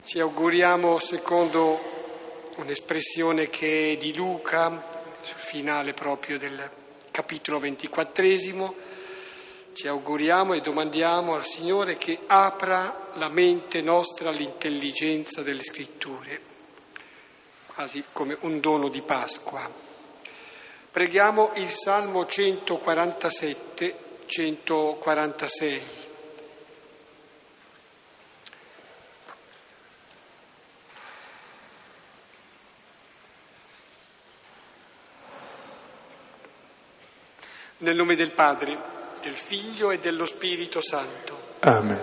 Ci auguriamo, secondo un'espressione che è di Luca, sul finale proprio del capitolo 24, ci auguriamo e domandiamo al Signore che apra la mente nostra all'intelligenza delle Scritture, quasi come un dono di Pasqua. Preghiamo il Salmo 147-146. Nel nome del Padre, del Figlio e dello Spirito Santo. Amen.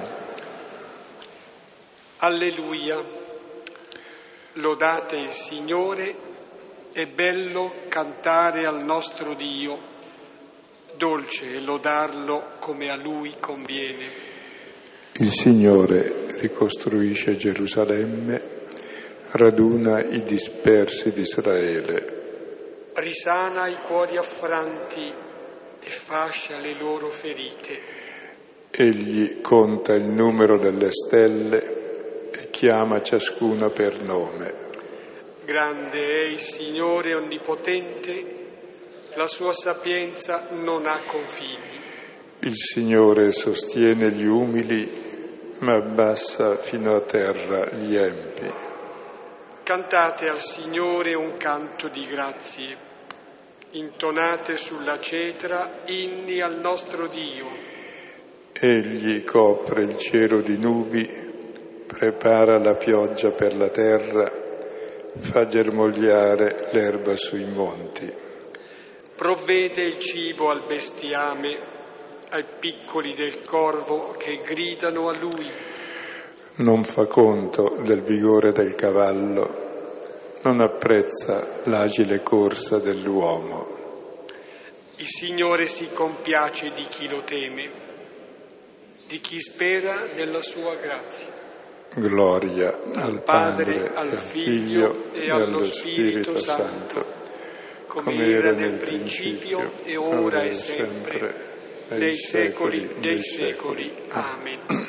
Alleluia. Lodate il Signore, è bello cantare al nostro Dio, dolce è lodarlo come a Lui conviene. Il Signore ricostruisce Gerusalemme, raduna i dispersi di Israele. Risana i cuori affranti e fascia le loro ferite. Egli conta il numero delle stelle e chiama ciascuna per nome. Grande è il Signore onnipotente, la sua sapienza non ha confini. Il Signore sostiene gli umili, ma abbassa fino a terra gli empi. Cantate al Signore un canto di grazie. Intonate sulla cetra inni al nostro Dio. Egli copre il cielo di nubi, prepara la pioggia per la terra, fa germogliare l'erba sui monti. Provvede il cibo al bestiame, ai piccoli del corvo che gridano a Lui. Non fa conto del vigore del cavallo, non apprezza l'agile corsa dell'uomo. Il Signore si compiace di chi lo teme, di chi spera nella sua grazia. Gloria al Padre, al Figlio e allo Spirito Santo, come era nel principio e ora e sempre, nei secoli dei secoli. Amen.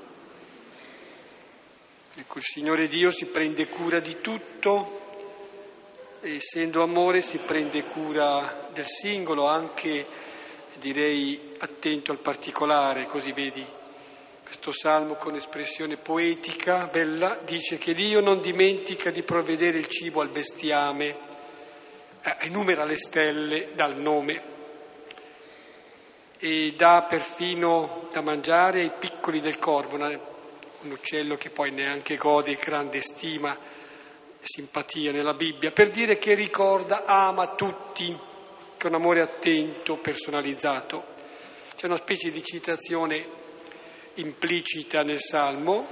Ecco, il Signore Dio si prende cura di tutto, e essendo amore si prende cura del singolo, anche direi attento al particolare. Così vedi questo salmo con espressione poetica, bella, dice che Dio non dimentica di provvedere il cibo al bestiame, enumera le stelle dal nome e dà perfino da mangiare ai piccoli del corvo, un uccello che poi neanche gode grande stima e simpatia nella Bibbia, per dire che ricorda, ama tutti con amore attento, personalizzato. C'è una specie di citazione implicita nel Salmo,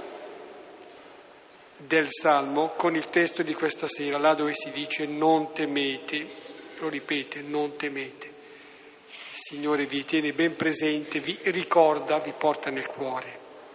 del Salmo, con il testo di questa sera, là dove si dice non temete, lo ripete, non temete. Il Signore vi tiene ben presente, vi ricorda, vi porta nel cuore.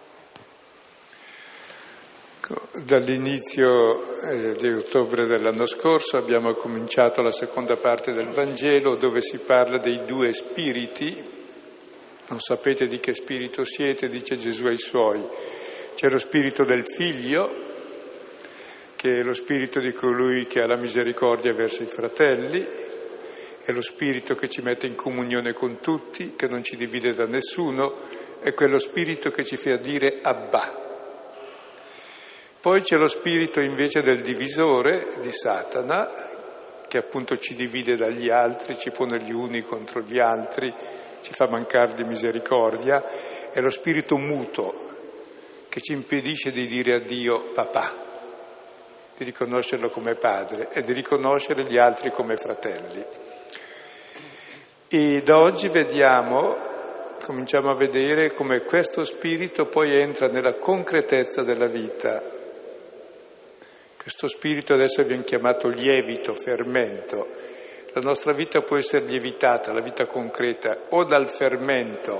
Dall'inizio di ottobre dell'anno scorso abbiamo cominciato la seconda parte del Vangelo, dove si parla dei due spiriti. Non sapete di che spirito siete, dice Gesù ai Suoi. C'è lo spirito del Figlio, che è lo spirito di colui che ha la misericordia verso i fratelli, è lo spirito che ci mette in comunione con tutti, che non ci divide da nessuno, è quello spirito che ci fa dire Abba. Poi c'è lo spirito invece del divisore, di Satana, che appunto ci divide dagli altri, ci pone gli uni contro gli altri, ci fa mancare di misericordia. È lo spirito muto, che ci impedisce di dire a Dio papà, di riconoscerlo come padre e di riconoscere gli altri come fratelli. E da oggi cominciamo a vedere come questo spirito poi entra nella concretezza della vita. Questo spirito adesso viene chiamato lievito, fermento. La nostra vita può essere lievitata, la vita concreta, o dal fermento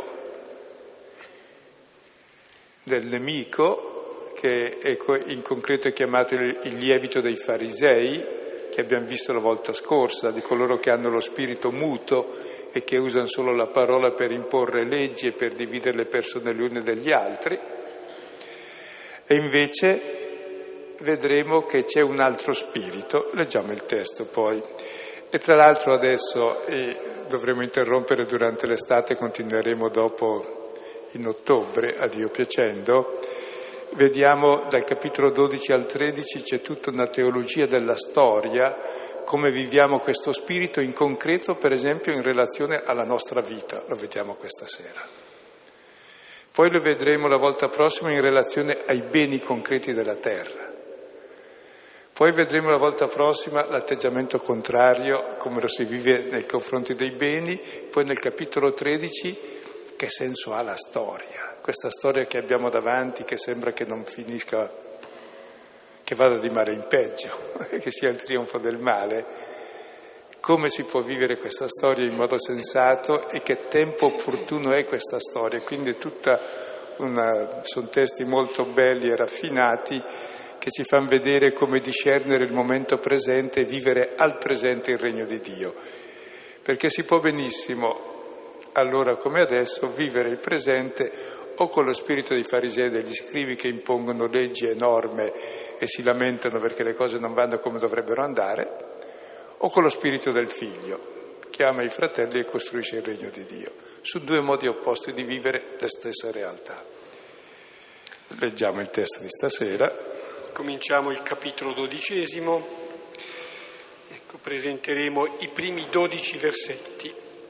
del nemico, che in concreto è chiamato il lievito dei farisei, che abbiamo visto la volta scorsa, di coloro che hanno lo spirito muto e che usano solo la parola per imporre leggi e per dividere le persone le une dagli altri. E invece vedremo che c'è un altro spirito. Leggiamo il testo poi. E tra l'altro adesso dovremo interrompere durante l'estate, continueremo dopo in ottobre, a Dio piacendo. Vediamo dal capitolo 12 al 13 c'è tutta una teologia della storia, come viviamo questo spirito in concreto, per esempio in relazione alla nostra vita, lo vediamo questa sera. Poi lo vedremo la volta prossima in relazione ai beni concreti della terra. Poi vedremo la volta prossima l'atteggiamento contrario, come lo si vive nei confronti dei beni. Poi nel capitolo 13 che senso ha la storia, questa storia che abbiamo davanti che sembra che non finisca, che vada di male in peggio, che sia il trionfo del male. Come si può vivere questa storia in modo sensato e che tempo opportuno è questa storia? Quindi sono testi molto belli e raffinati che ci fanno vedere come discernere il momento presente e vivere al presente il regno di Dio. Perché si può benissimo, allora come adesso, vivere il presente o con lo spirito dei farisei e degli scribi che impongono leggi e norme e si lamentano perché le cose non vanno come dovrebbero andare, o con lo spirito del figlio, che ama i fratelli e costruisce il regno di Dio. Su due modi opposti di vivere la stessa realtà. Leggiamo il testo di stasera. Cominciamo il capitolo 12. Ecco, presenteremo i primi 12 versetti.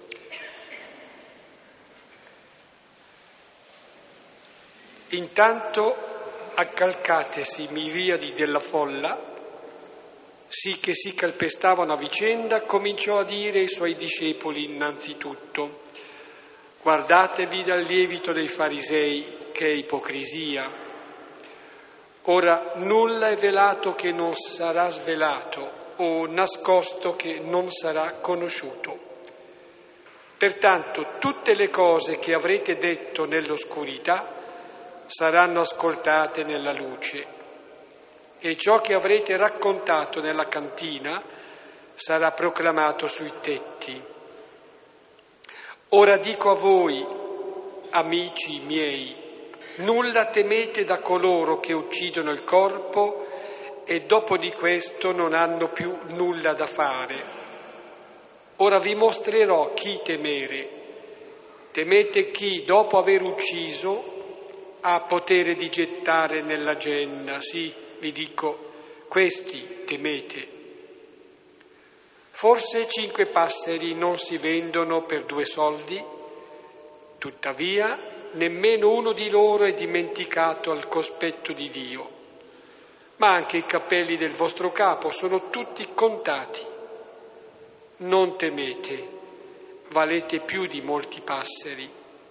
Intanto, accalcatesi miriadi della folla, sì che si calpestavano a vicenda, cominciò a dire ai suoi discepoli innanzitutto: guardatevi dal lievito dei farisei, che è ipocrisia. Ora nulla è velato che non sarà svelato, o nascosto che non sarà conosciuto. Pertanto tutte le cose che avrete detto nell'oscurità saranno ascoltate nella luce, e ciò che avrete raccontato nella cantina sarà proclamato sui tetti. Ora dico a voi, amici miei, nulla temete da coloro che uccidono il corpo e dopo di questo non hanno più nulla da fare. Ora vi mostrerò chi temere. Temete chi, dopo aver ucciso, ha potere di gettare nella genna. Sì, vi dico, questi temete. Forse 5 passeri non si vendono per 2 soldi? Tuttavia, nemmeno uno di loro è dimenticato al cospetto di Dio. Ma anche i capelli del vostro capo sono tutti contati. Non temete, valete più di molti passeri.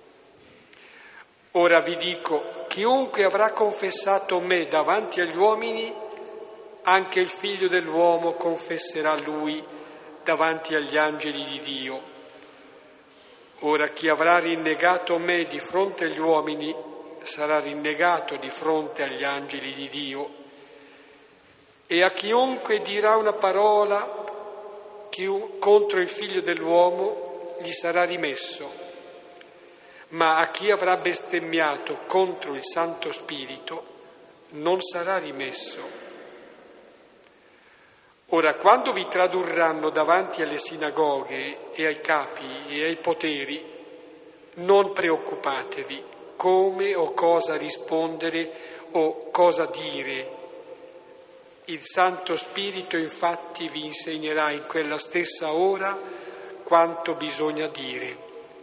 Ora vi dico, chiunque avrà confessato me davanti agli uomini, anche il Figlio dell'uomo confesserà lui davanti agli angeli di Dio. Ora chi avrà rinnegato me di fronte agli uomini sarà rinnegato di fronte agli angeli di Dio. E a chiunque dirà una parola contro il Figlio dell'uomo gli sarà rimesso, ma a chi avrà bestemmiato contro il Santo Spirito non sarà rimesso. Ora, quando vi tradurranno davanti alle sinagoghe e ai capi e ai poteri, non preoccupatevi come o cosa rispondere o cosa dire. Il Santo Spirito infatti vi insegnerà in quella stessa ora quanto bisogna dire.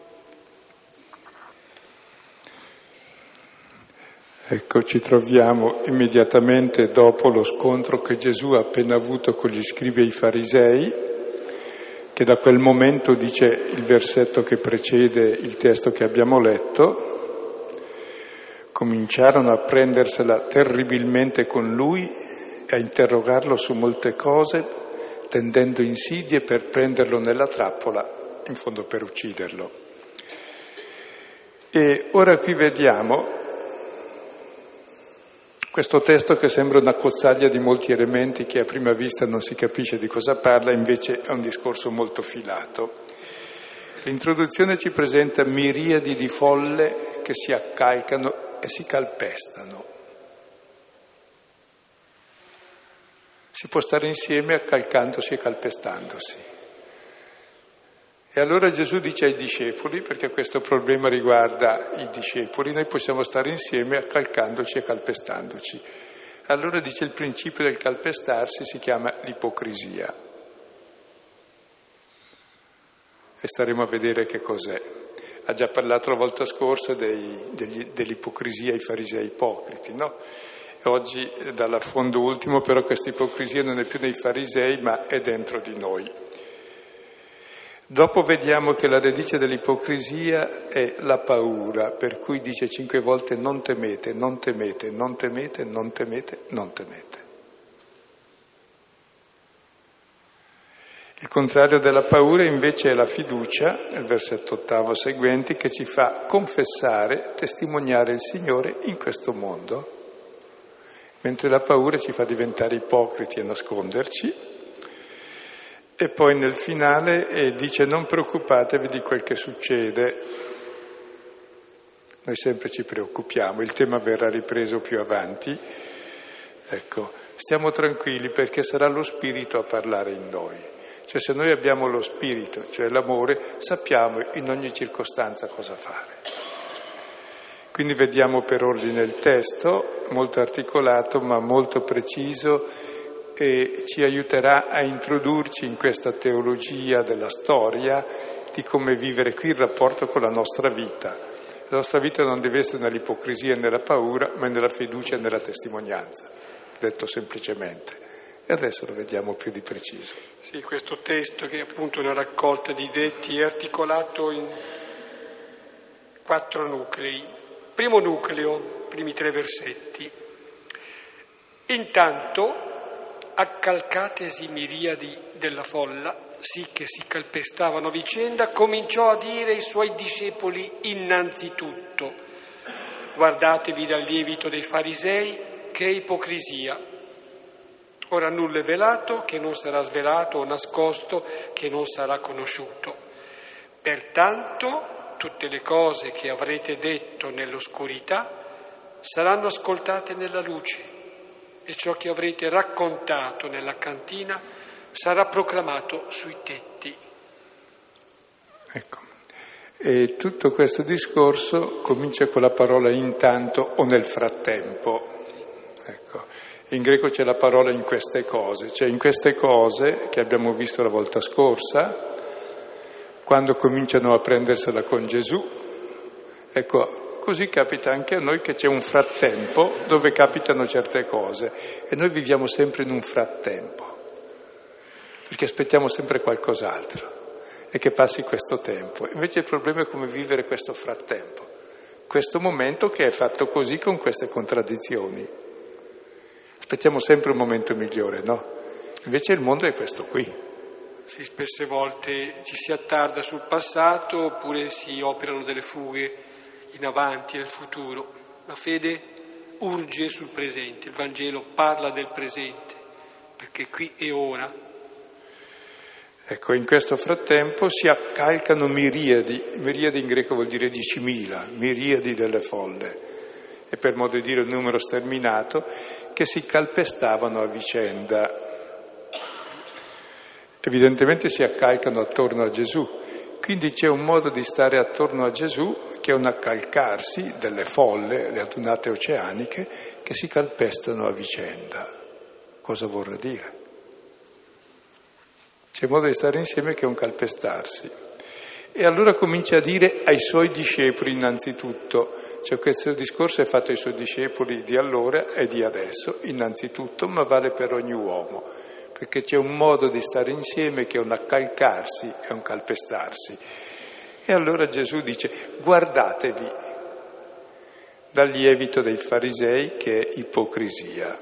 Ecco, ci troviamo immediatamente dopo lo scontro che Gesù ha appena avuto con gli scribi e i farisei, che da quel momento, dice il versetto che precede il testo che abbiamo letto, cominciarono a prendersela terribilmente con lui e a interrogarlo su molte cose, tendendo insidie per prenderlo nella trappola, in fondo per ucciderlo. E ora qui vediamo questo testo che sembra una cozzaglia di molti elementi che a prima vista non si capisce di cosa parla, invece è un discorso molto filato. L'introduzione ci presenta miriadi di folle che si accalcano e si calpestano. Si può stare insieme accalcandosi e calpestandosi. E allora Gesù dice ai discepoli, perché questo problema riguarda i discepoli, noi possiamo stare insieme accalcandoci e calpestandoci. Allora dice il principio del calpestarsi si chiama l'ipocrisia. E staremo a vedere che cos'è. Ha già parlato la volta scorsa dell'ipocrisia ai farisei ipocriti, no? E oggi, dall'affondo ultimo, però questa ipocrisia non è più nei farisei, ma è dentro di noi. Dopo vediamo che la radice dell'ipocrisia è la paura, per cui dice 5 volte non temete, non temete, non temete, non temete, non temete. Il contrario della paura invece è la fiducia, il versetto 8 seguenti, che ci fa confessare, testimoniare il Signore in questo mondo, mentre la paura ci fa diventare ipocriti e nasconderci. E poi nel finale dice non preoccupatevi di quel che succede. Noi sempre ci preoccupiamo, il tema verrà ripreso più avanti. Ecco, stiamo tranquilli perché sarà lo Spirito a parlare in noi. Cioè se noi abbiamo lo Spirito, cioè l'amore, sappiamo in ogni circostanza cosa fare. Quindi vediamo per ordine il testo, molto articolato ma molto preciso, e ci aiuterà a introdurci in questa teologia della storia di come vivere qui il rapporto con la nostra vita. La nostra vita non deve essere nell'ipocrisia e nella paura, ma nella fiducia e nella testimonianza, detto semplicemente. E adesso lo vediamo più di preciso. Sì, questo testo che è appunto una raccolta di detti è articolato in 4 nuclei. Primo nucleo, primi 3 versetti. Intanto accalcatesi miriadi della folla, sì che si calpestavano a vicenda, cominciò a dire ai suoi discepoli innanzitutto: guardatevi dal lievito dei farisei, che è ipocrisia. Ora nulla è velato che non sarà svelato, o nascosto che non sarà conosciuto. Pertanto tutte le cose che avrete detto nell'oscurità saranno ascoltate nella luce, e ciò che avrete raccontato nella cantina sarà proclamato sui tetti. Ecco, e tutto questo discorso comincia con la parola intanto o nel frattempo. Ecco, in greco c'è la parola in queste cose, cioè in queste cose che abbiamo visto la volta scorsa, quando cominciano a prendersela con Gesù. Ecco, così capita anche a noi che c'è un frattempo dove capitano certe cose e noi viviamo sempre in un frattempo, perché aspettiamo sempre qualcos'altro e che passi questo tempo. Invece il problema è come vivere questo frattempo, questo momento che è fatto così con queste contraddizioni. Aspettiamo sempre un momento migliore, no? Invece il mondo è questo qui. Sì, spesse volte ci si attarda sul passato oppure si operano delle fughe in avanti, nel futuro. La fede urge sul presente, il Vangelo parla del presente, perché qui e ora. Ecco, in questo frattempo si accalcano miriadi in greco vuol dire 10.000, miriadi delle folle, e per modo di dire un numero sterminato, che si calpestavano a vicenda. Evidentemente si accalcano attorno a Gesù, quindi c'è un modo di stare attorno a Gesù che è un accalcarsi delle folle, le adunate oceaniche, che si calpestano a vicenda. Cosa vorrà dire? C'è un modo di stare insieme che è un calpestarsi. E allora comincia a dire ai suoi discepoli innanzitutto, cioè questo discorso è fatto ai suoi discepoli di allora e di adesso, innanzitutto, ma vale per ogni uomo, perché c'è un modo di stare insieme che è un accalcarsi e un calpestarsi. E allora Gesù dice: guardatevi dal lievito dei farisei che è ipocrisia.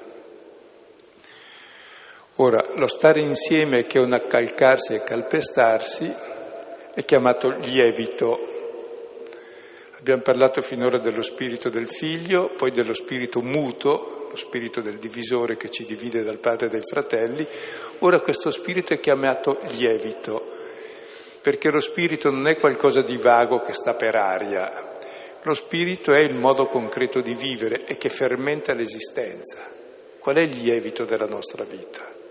Ora, lo stare insieme che è un accalcarsi e calpestarsi è chiamato lievito. Abbiamo parlato finora dello spirito del figlio, poi dello spirito muto, lo spirito del divisore che ci divide dal padre e dai fratelli. Ora questo spirito è chiamato lievito, perché lo spirito non è qualcosa di vago che sta per aria. Lo spirito è il modo concreto di vivere e che fermenta l'esistenza. Qual è il lievito della nostra vita?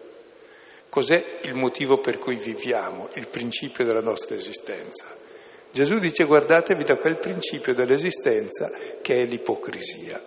Cos'è il motivo per cui viviamo, il principio della nostra esistenza? Gesù dice: guardatevi da quel principio dell'esistenza che è l'ipocrisia.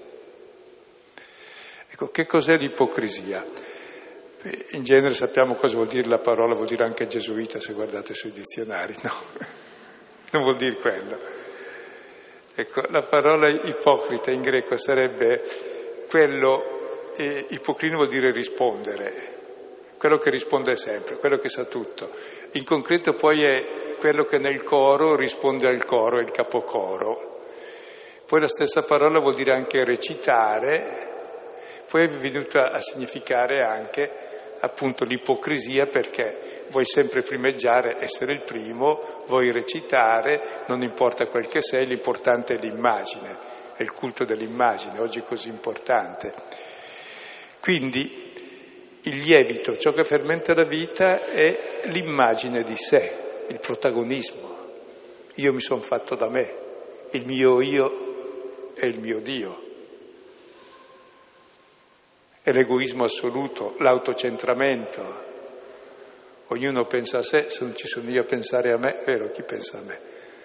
Ecco, che cos'è l'ipocrisia? In genere sappiamo cosa vuol dire la parola, vuol dire anche gesuita se guardate sui dizionari, no? Non vuol dire quello. Ecco, la parola ipocrita in greco sarebbe quello, ipocrino vuol dire rispondere, quello che risponde sempre, quello che sa tutto. In concreto poi è quello che nel coro risponde al coro, è il capocoro. Poi la stessa parola vuol dire anche recitare, poi è venuta a significare anche appunto l'ipocrisia, perché vuoi sempre primeggiare, essere il primo, vuoi recitare, non importa quel che sei, l'importante è l'immagine, è il culto dell'immagine, oggi è così importante. Quindi il lievito, ciò che fermenta la vita, è l'immagine di sé, il protagonismo. Io mi sono fatto da me, il mio io è il mio Dio. È l'egoismo assoluto, l'autocentramento. Ognuno pensa a sé, se non ci sono io a pensare a me, vero, chi pensa a me?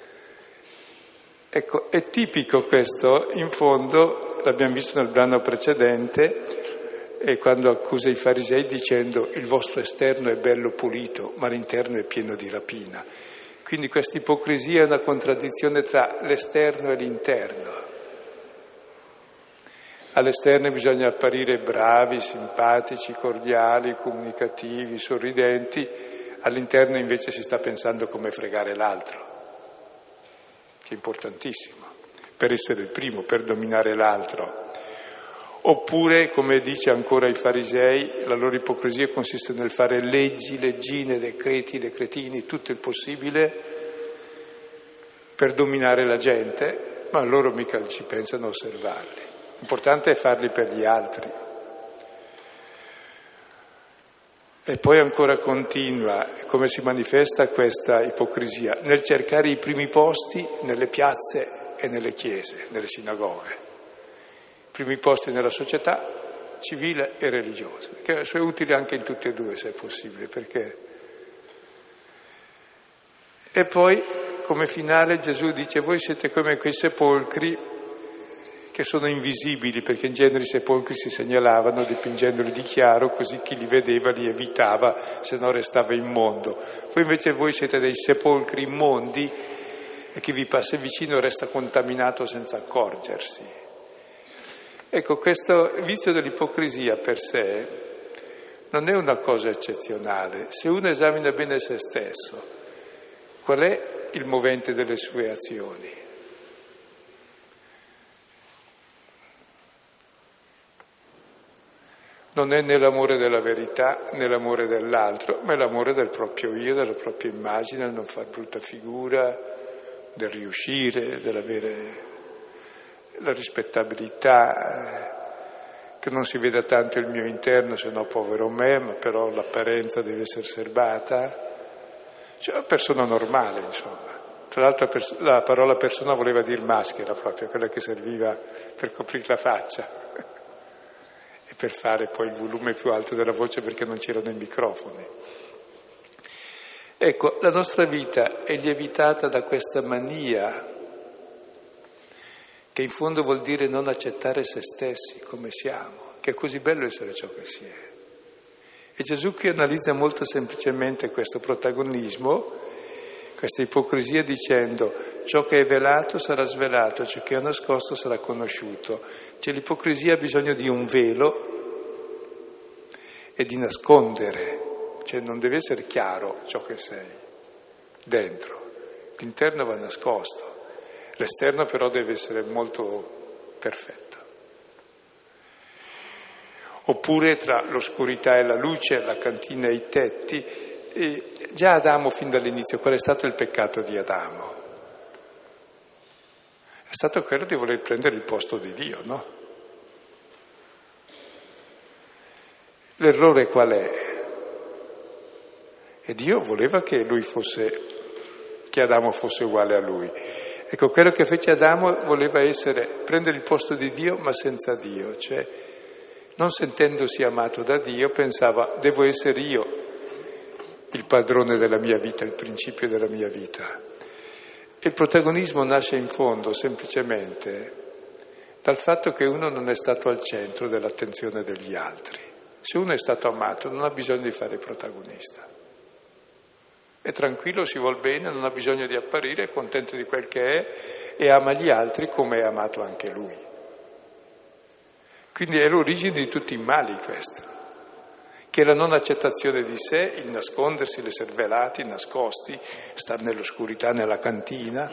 Ecco, è tipico questo, in fondo, l'abbiamo visto nel brano precedente, e quando accusa i farisei dicendo: il vostro esterno è bello pulito, ma l'interno è pieno di rapina. Quindi questa ipocrisia è una contraddizione tra l'esterno e l'interno. All'esterno bisogna apparire bravi, simpatici, cordiali, comunicativi, sorridenti, all'interno invece si sta pensando come fregare l'altro, che è importantissimo, per essere il primo, per dominare l'altro. Oppure, come dice ancora i farisei, la loro ipocrisia consiste nel fare leggi, leggine, decreti, decretini, tutto il possibile per dominare la gente, ma loro mica ci pensano a osservarli. L'importante è farli per gli altri. E poi ancora continua, come si manifesta questa ipocrisia? Nel cercare i primi posti nelle piazze e nelle chiese, nelle sinagoghe. Primi posti nella società civile e religiosa, che è utile anche in tutte e due se è possibile, perché... E poi, come finale, Gesù dice: voi siete come quei sepolcri che sono invisibili, perché in genere i sepolcri si segnalavano dipingendoli di chiaro, così chi li vedeva li evitava, se no restava immondo. Voi siete dei sepolcri immondi e chi vi passa vicino resta contaminato senza accorgersi. Ecco, questo vizio dell'ipocrisia per sé non è una cosa eccezionale. Se uno esamina bene se stesso, qual è il movente delle sue azioni? Non è né l'amore della verità né l'amore dell'altro, ma è l'amore del proprio io, della propria immagine, del non far brutta figura, del riuscire, dell'avere la rispettabilità, che non si veda tanto il mio interno, se no povero me, ma però l'apparenza deve essere serbata. Cioè una persona normale, insomma. Tra l'altro la parola persona voleva dire maschera, proprio quella che serviva per coprire la faccia e per fare poi il volume più alto della voce, perché non c'erano i microfoni. Ecco, la nostra vita è lievitata da questa mania, che in fondo vuol dire non accettare se stessi come siamo, che è così bello essere ciò che si è. E Gesù qui analizza molto semplicemente questo protagonismo, questa ipocrisia, dicendo: ciò che è velato sarà svelato, ciò che è nascosto sarà conosciuto. Cioè l'ipocrisia ha bisogno di un velo e di nascondere, cioè non deve essere chiaro ciò che sei dentro, l'interno va nascosto. L'esterno però deve essere molto perfetto. Oppure tra l'oscurità e la luce, la cantina e i tetti. E già Adamo fin dall'inizio, qual è stato il peccato di Adamo? È stato quello di voler prendere il posto di Dio, no? L'errore qual è? E Dio voleva che Adamo fosse uguale a lui. Ecco, quello che fece Adamo voleva prendere il posto di Dio, ma senza Dio, cioè non sentendosi amato da Dio pensava: devo essere io il padrone della mia vita, il principio della mia vita. E il protagonismo nasce in fondo semplicemente dal fatto che uno non è stato al centro dell'attenzione degli altri. Se uno è stato amato non ha bisogno di fare protagonista. È tranquillo, si vuol bene, non ha bisogno di apparire, è contento di quel che è e ama gli altri come è amato anche lui. Quindi è l'origine di tutti i mali questo, che è la non accettazione di sé, il nascondersi, l'essere velati, nascosti, stare nell'oscurità, nella cantina,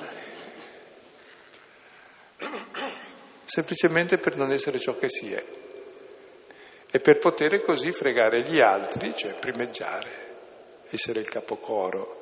semplicemente per non essere ciò che si è e per poter così fregare gli altri, cioè primeggiare, essere il capocoro.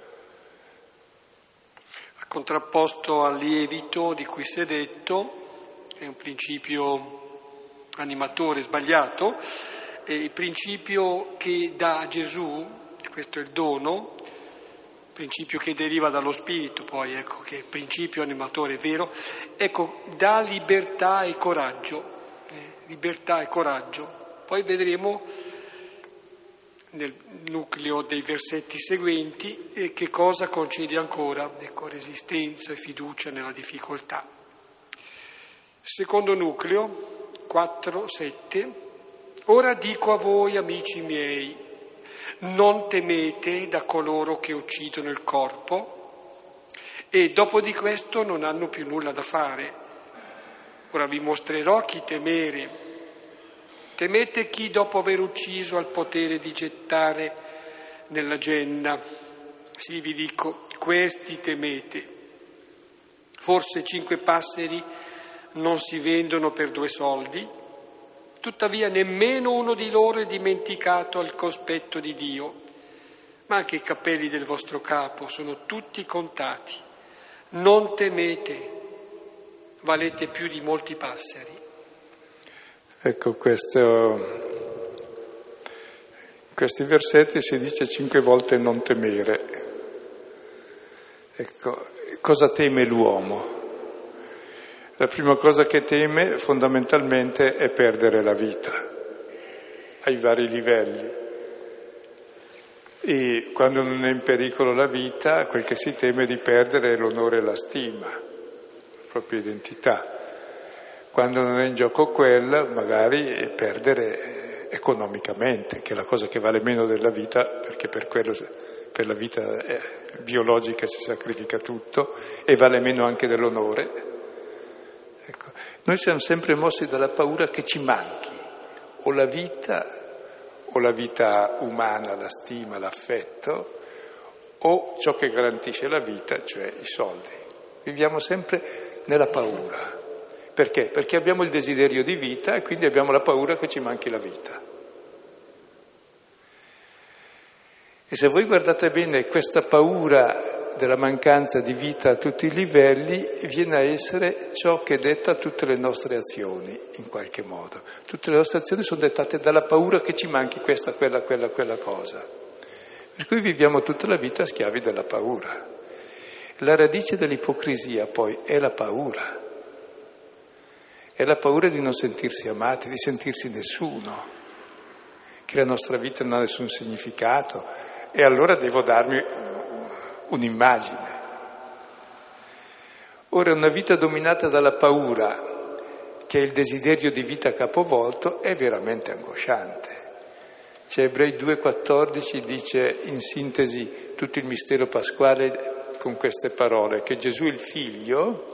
A contrapposto al lievito di cui si è detto, è un principio animatore sbagliato, è il principio che dà Gesù, e questo è il dono, principio che deriva dallo Spirito, poi ecco che principio animatore è vero, ecco, dà libertà e coraggio, libertà e coraggio. Poi vedremo nel nucleo dei versetti seguenti che cosa concede ancora, ecco, resistenza e fiducia nella difficoltà. Secondo nucleo, 4-7, ora dico a voi, amici miei, non temete da coloro che uccidono il corpo e dopo di questo non hanno più nulla da fare. Ora vi mostrerò chi temere. Temete chi dopo aver ucciso ha il potere di gettare nella genna. Sì, vi dico, questi temete. Forse 5 passeri non si vendono per 2 soldi, tuttavia nemmeno uno di loro è dimenticato al cospetto di Dio, ma anche i capelli del vostro capo sono tutti contati. Non temete, valete più di molti passeri. Ecco, questi versetti si dice 5 volte non temere. Ecco, cosa teme l'uomo? La prima cosa che teme fondamentalmente è perdere la vita, ai vari livelli. E quando non è in pericolo la vita, quel che si teme di perdere è l'onore e la stima, la propria identità. Quando non è in gioco quella, magari è perdere economicamente, che è la cosa che vale meno della vita, perché per la vita biologica si sacrifica tutto, e vale meno anche dell'onore. Ecco. Noi siamo sempre mossi dalla paura che ci manchi o la vita umana, la stima, l'affetto, o ciò che garantisce la vita, cioè i soldi. Viviamo sempre nella paura. Perché? Perché abbiamo il desiderio di vita e quindi abbiamo la paura che ci manchi la vita. E se voi guardate bene, questa paura della mancanza di vita a tutti i livelli viene a essere ciò che detta tutte le nostre azioni, in qualche modo. Tutte le nostre azioni sono dettate dalla paura che ci manchi questa, quella cosa. Per cui viviamo tutta la vita schiavi della paura. La radice dell'ipocrisia poi è la paura. È la paura di non sentirsi amati, di sentirsi nessuno, che la nostra vita non ha nessun significato e allora devo darmi un'immagine. Ora, una vita dominata dalla paura, che è il desiderio di vita capovolto, è veramente angosciante. Cioè, Ebrei 2,14 dice in sintesi tutto il mistero pasquale con queste parole, che Gesù il Figlio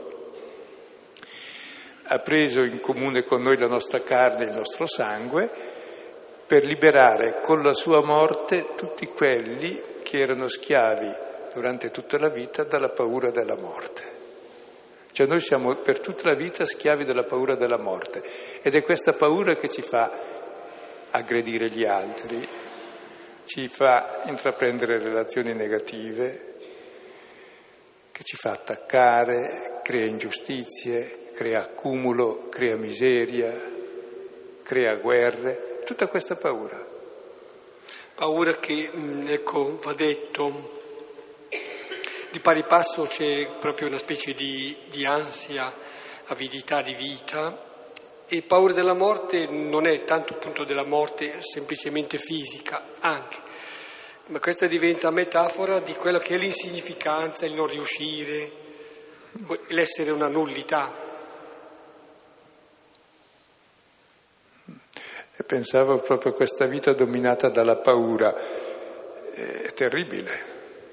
ha preso in comune con noi la nostra carne e il nostro sangue per liberare con la sua morte tutti quelli che erano schiavi durante tutta la vita dalla paura della morte. Cioè noi siamo per tutta la vita schiavi della paura della morte ed è questa paura che ci fa aggredire gli altri, ci fa intraprendere relazioni negative, che ci fa attaccare, crea ingiustizie, crea accumulo, crea miseria, crea guerre, tutta questa paura. Paura che, ecco, va detto, di pari passo c'è proprio una specie di ansia, avidità di vita, e paura della morte non è tanto appunto della morte semplicemente fisica, anche. Ma questa diventa metafora di quello che è l'insignificanza, il non riuscire, l'essere una nullità. E pensavo proprio a questa vita dominata dalla paura, è terribile.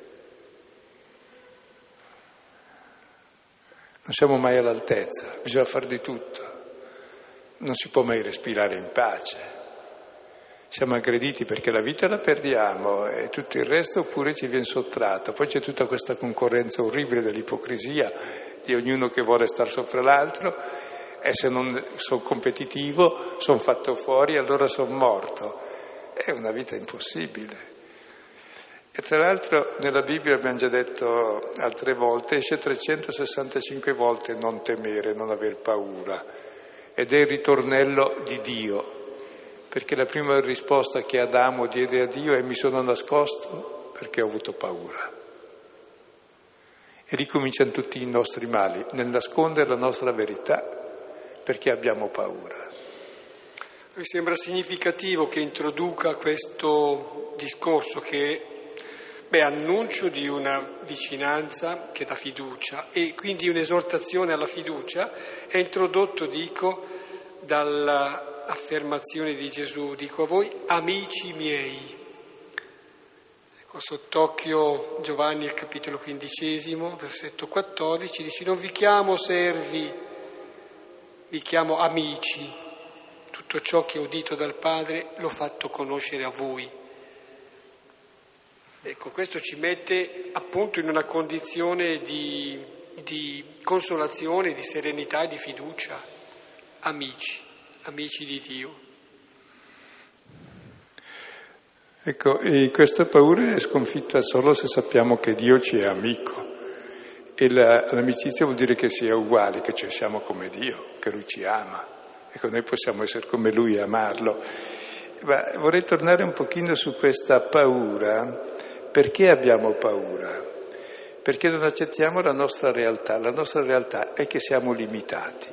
Non siamo mai all'altezza, bisogna fare di tutto, non si può mai respirare in pace. Siamo aggrediti perché la vita la perdiamo e tutto il resto oppure ci viene sottratto. Poi c'è tutta questa concorrenza orribile dell'ipocrisia di ognuno che vuole star sopra l'altro e se non sono competitivo, sono fatto fuori, allora sono morto. È una vita impossibile. E tra l'altro nella Bibbia abbiamo già detto altre volte, esce 365 volte non temere, non aver paura. Ed è il ritornello di Dio. Perché la prima risposta che Adamo diede a Dio è: mi sono nascosto perché ho avuto paura. E ricominciano tutti i nostri mali, nel nascondere la nostra verità, perché abbiamo paura. Mi sembra significativo che introduca questo discorso che è annuncio di una vicinanza che dà fiducia e quindi un'esortazione alla fiducia, è introdotto, dico, dall'affermazione di Gesù, dico a voi, amici miei. Ecco, sott'occhio Giovanni, il capitolo 15, versetto 14, dice: non vi chiamo servi, vi chiamo amici. Tutto ciò che ho udito dal Padre l'ho fatto conoscere a voi. Ecco, questo ci mette appunto in una condizione di consolazione, di serenità e di fiducia. Amici di Dio. Ecco, e questa paura è sconfitta solo se sappiamo che Dio ci è amico. E l'amicizia vuol dire che si è uguali, che cioè siamo come Dio, che Lui ci ama. Ecco, noi possiamo essere come Lui e amarlo. Ma vorrei tornare un pochino su questa paura. Perché abbiamo paura? Perché non accettiamo la nostra realtà. La nostra realtà è che siamo limitati.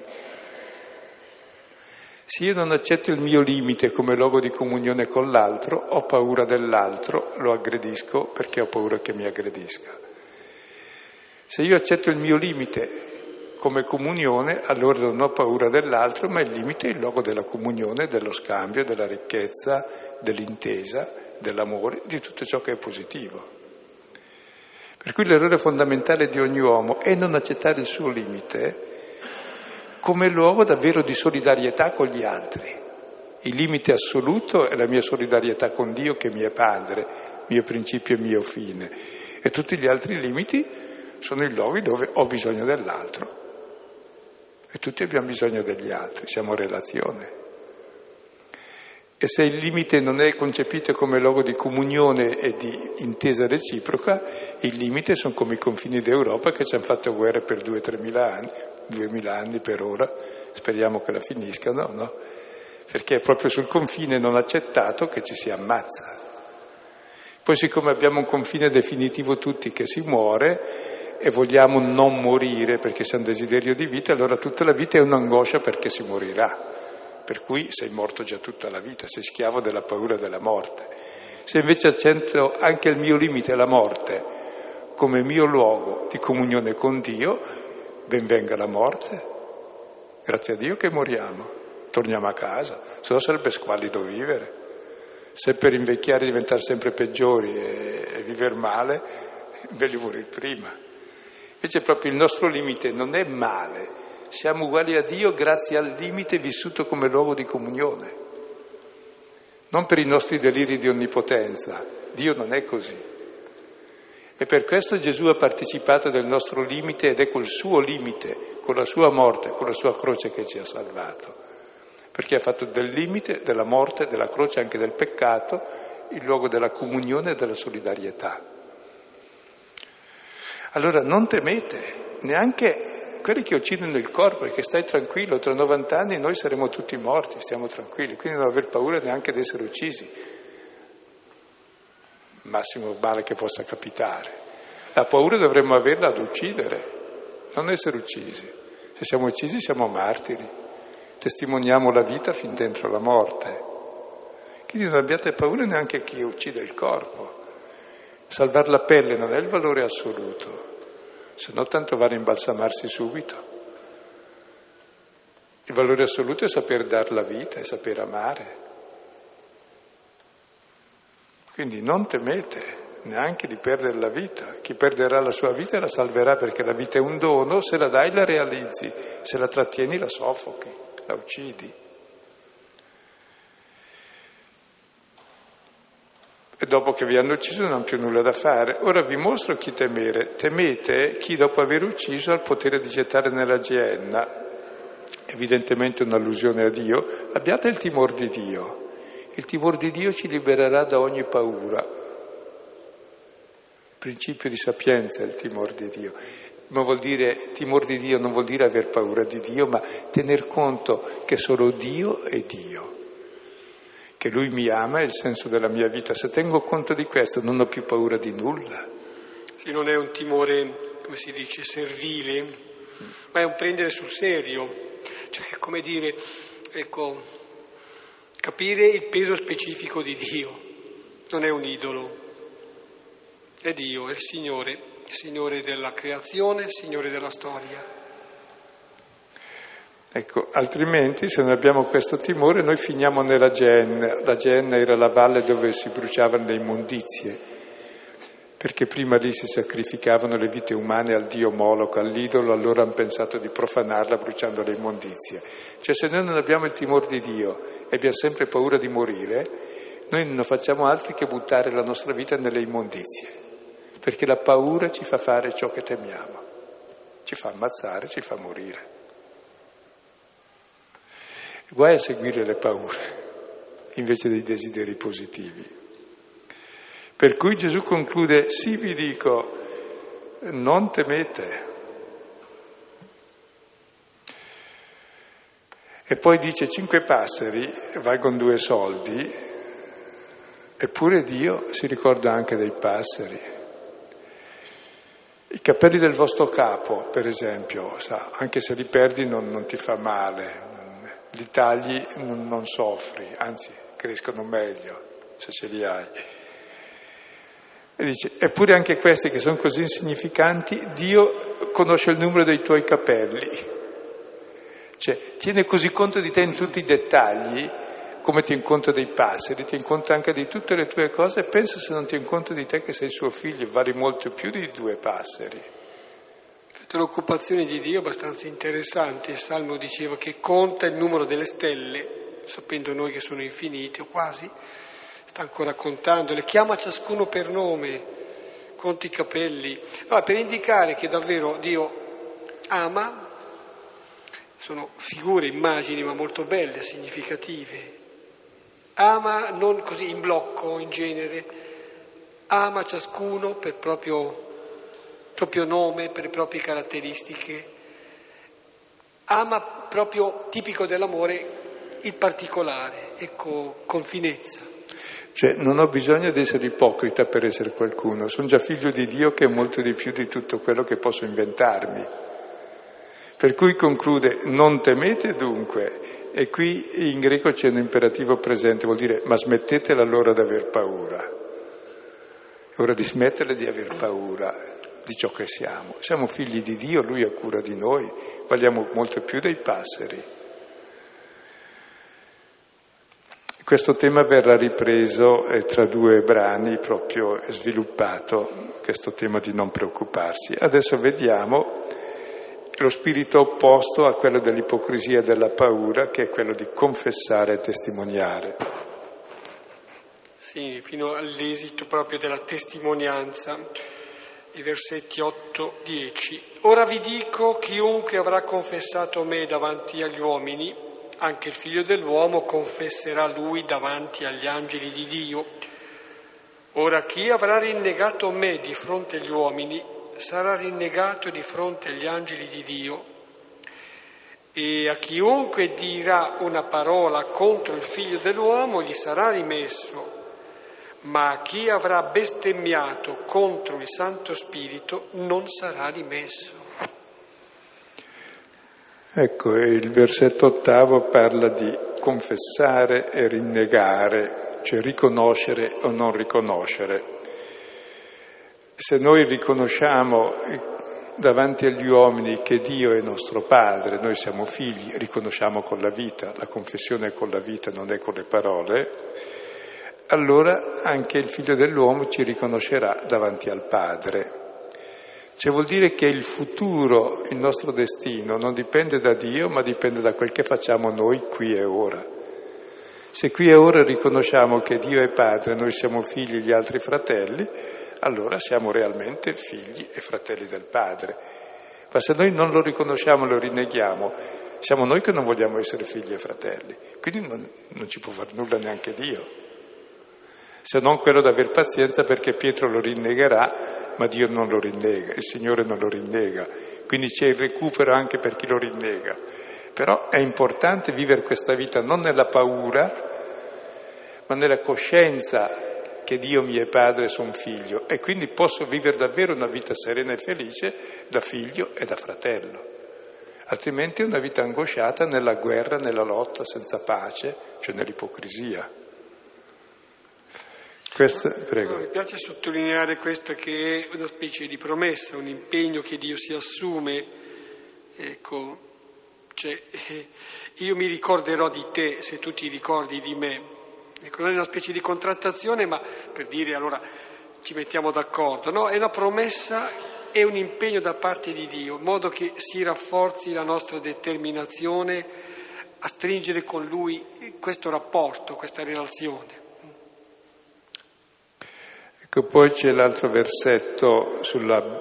Se io non accetto il mio limite come luogo di comunione con l'altro, ho paura dell'altro, lo aggredisco perché ho paura che mi aggredisca. Se io accetto il mio limite come comunione, allora non ho paura dell'altro, ma il limite è il luogo della comunione, dello scambio, della ricchezza, dell'intesa, dell'amore, di tutto ciò che è positivo. Per cui l'errore fondamentale di ogni uomo è non accettare il suo limite come luogo davvero di solidarietà con gli altri. Il limite assoluto è la mia solidarietà con Dio, che è mio Padre, mio principio e mio fine. E tutti gli altri limiti sono i luoghi dove ho bisogno dell'altro. E tutti abbiamo bisogno degli altri, siamo relazione. E se il limite non è concepito come luogo di comunione e di intesa reciproca, il limite sono come i confini d'Europa che ci hanno fatto guerra per 2.000-3.000 anni, 2.000 anni per ora, speriamo che la finiscano, no? Perché è proprio sul confine non accettato che ci si ammazza. Poi siccome abbiamo un confine definitivo tutti che si muore e vogliamo non morire perché c'è un desiderio di vita, allora tutta la vita è un'angoscia perché si morirà. Per cui sei morto già tutta la vita, sei schiavo della paura della morte. Se invece accetto anche il mio limite, la morte, come mio luogo di comunione con Dio, ben venga la morte. Grazie a Dio che moriamo, torniamo a casa, se no sarebbe squallido vivere. Se per invecchiare e diventare sempre peggiori e vivere male, meglio morire prima. Invece proprio il nostro limite non è male. Siamo uguali a Dio grazie al limite vissuto come luogo di comunione. Non per i nostri deliri di onnipotenza. Dio non è così. E per questo Gesù ha partecipato del nostro limite ed è col suo limite, con la sua morte, con la sua croce che ci ha salvato. Perché ha fatto del limite, della morte, della croce, anche del peccato, il luogo della comunione e della solidarietà. Allora non temete, neanche quelli che uccidono il corpo, perché stai tranquillo, tra 90 anni noi saremo tutti morti, stiamo tranquilli, quindi non aver paura neanche di essere uccisi. Massimo male che possa capitare. La paura dovremmo averla ad uccidere, non essere uccisi. Se siamo uccisi siamo martiri, testimoniamo la vita fin dentro la morte. Quindi non abbiate paura neanche chi uccide il corpo. Salvar la pelle non è il valore assoluto, se no tanto vale imbalsamarsi subito. Il valore assoluto è saper dar la vita, è saper amare. Quindi non temete neanche di perdere la vita. Chi perderà la sua vita la salverà, perché la vita è un dono, se la dai la realizzi, se la trattieni la soffochi, la uccidi. E dopo che vi hanno ucciso non hanno più nulla da fare. Ora vi mostro chi temere. Temete chi dopo aver ucciso ha il potere di gettare nella Geenna. Evidentemente un'allusione a Dio. Abbiate il timore di Dio. Il timore di Dio ci libererà da ogni paura. Principio di sapienza è il timore di Dio. Ma vuol dire, timore di Dio non vuol dire aver paura di Dio, ma tener conto che solo Dio è Dio. Che Lui mi ama è il senso della mia vita. Se tengo conto di questo non ho più paura di nulla. Sì, non è un timore, come si dice, servile, ma è un prendere sul serio. Cioè, come dire, ecco, capire il peso specifico di Dio. Non è un idolo, è Dio, è il Signore della creazione, il Signore della storia. Ecco, altrimenti se non abbiamo questo timore noi finiamo nella Geenna. La Geenna era la valle dove si bruciavano le immondizie, perché prima lì si sacrificavano le vite umane al dio Moloch, all'idolo, allora hanno pensato di profanarla bruciando le immondizie. Cioè se noi non abbiamo il timore di Dio e abbiamo sempre paura di morire, noi non facciamo altro che buttare la nostra vita nelle immondizie, perché la paura ci fa fare ciò che temiamo, ci fa ammazzare, ci fa morire. Guai a seguire le paure invece dei desideri positivi. Per cui Gesù conclude: sì, vi dico, non temete. E poi dice: 5 passeri valgono 2 soldi, eppure Dio si ricorda anche dei passeri. I capelli del vostro capo, per esempio, sa, anche se li perdi non ti fa male. Li tagli, non soffri, anzi crescono meglio se ce li hai. E dice, eppure anche questi che sono così insignificanti, Dio conosce il numero dei tuoi capelli. Cioè, tiene così conto di te in tutti i dettagli, come tiene conto dei passeri, tiene conto anche di tutte le tue cose, e pensa se non tiene conto di te che sei suo figlio, vali molto più di 2 passeri. L'occupazione di Dio è abbastanza interessante. Il Salmo diceva che conta il numero delle stelle, sapendo noi che sono infinite o quasi, sta ancora contando, le chiama ciascuno per nome, conta i capelli. Allora, per indicare che davvero Dio ama, sono figure, immagini, ma molto belle, significative. Ama non così in blocco, in genere, ama ciascuno per proprio nome, per le proprie caratteristiche, ama proprio, tipico dell'amore, il particolare, ecco, con finezza. Cioè, non ho bisogno di essere ipocrita per essere qualcuno, sono già figlio di Dio che è molto di più di tutto quello che posso inventarmi. Per cui conclude, non temete dunque, e qui in greco c'è un imperativo presente, vuol dire, ma smettetela allora di aver paura. È ora di smettere di aver paura di ciò che siamo. Siamo figli di Dio, Lui ha cura di noi, valiamo molto più dei passeri. Questo tema verrà ripreso tra 2 brani, proprio sviluppato, questo tema di non preoccuparsi. Adesso vediamo lo spirito opposto a quello dell'ipocrisia e della paura, che è quello di confessare e testimoniare. Sì, fino all'esito proprio della testimonianza. I versetti 8-10. Ora vi dico, chiunque avrà confessato me davanti agli uomini, anche il Figlio dell'uomo confesserà lui davanti agli angeli di Dio. Ora chi avrà rinnegato me di fronte agli uomini sarà rinnegato di fronte agli angeli di Dio. E a chiunque dirà una parola contro il Figlio dell'uomo gli sarà rimesso. Ma a chi avrà bestemmiato contro il Santo Spirito non sarà rimesso. Ecco, il versetto 8 parla di confessare e rinnegare, cioè riconoscere o non riconoscere. Se noi riconosciamo davanti agli uomini che Dio è nostro Padre, noi siamo figli, riconosciamo con la vita, la confessione è con la vita, non è con le parole, allora anche il Figlio dell'uomo ci riconoscerà davanti al Padre. Cioè vuol dire che il futuro, il nostro destino, non dipende da Dio, ma dipende da quel che facciamo noi qui e ora. Se qui e ora riconosciamo che Dio è Padre, noi siamo figli, gli altri fratelli, allora siamo realmente figli e fratelli del Padre. Ma se noi non lo riconosciamo, lo rinneghiamo, siamo noi che non vogliamo essere figli e fratelli. Quindi non ci può fare nulla neanche Dio. Se non quello di aver pazienza, perché Pietro lo rinnegherà, ma Dio non lo rinnega, il Signore non lo rinnega. Quindi c'è il recupero anche per chi lo rinnega. Però è importante vivere questa vita non nella paura, ma nella coscienza che Dio mi è Padre e son figlio, e quindi posso vivere davvero una vita serena e felice da figlio e da fratello. Altrimenti è una vita angosciata nella guerra, nella lotta, senza pace, cioè nell'ipocrisia. Prego. Mi piace sottolineare questo, che è una specie di promessa, un impegno che Dio si assume. Ecco, cioè, io mi ricorderò di te se tu ti ricordi di me. Ecco, non è una specie di contrattazione, ma per dire allora ci mettiamo d'accordo. No, è una promessa e un impegno da parte di Dio, in modo che si rafforzi la nostra determinazione a stringere con Lui questo rapporto, questa relazione. Ecco, poi c'è l'altro versetto sulla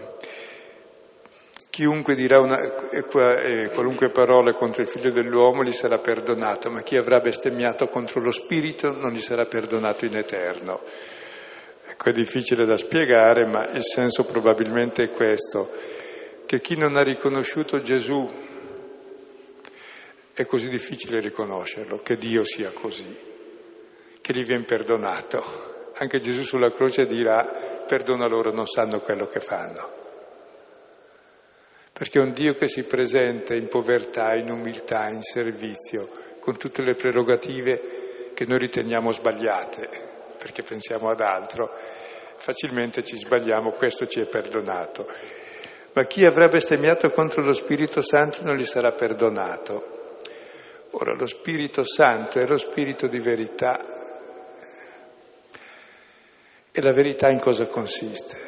chiunque dirà qualunque parola contro il Figlio dell'uomo gli sarà perdonato, ma chi avrà bestemmiato contro lo Spirito non gli sarà perdonato in eterno. Ecco, è difficile da spiegare, ma il senso probabilmente è questo, che chi non ha riconosciuto Gesù è così difficile riconoscerlo, che Dio sia così, che gli viene perdonato. Anche Gesù sulla croce dirà: perdona loro, non sanno quello che fanno. Perché è un Dio che si presenta in povertà, in umiltà, in servizio, con tutte le prerogative che noi riteniamo sbagliate, perché pensiamo ad altro, facilmente ci sbagliamo, questo ci è perdonato. Ma chi avrà bestemmiato contro lo Spirito Santo non gli sarà perdonato. Ora, lo Spirito Santo è lo Spirito di verità. E la verità in cosa consiste?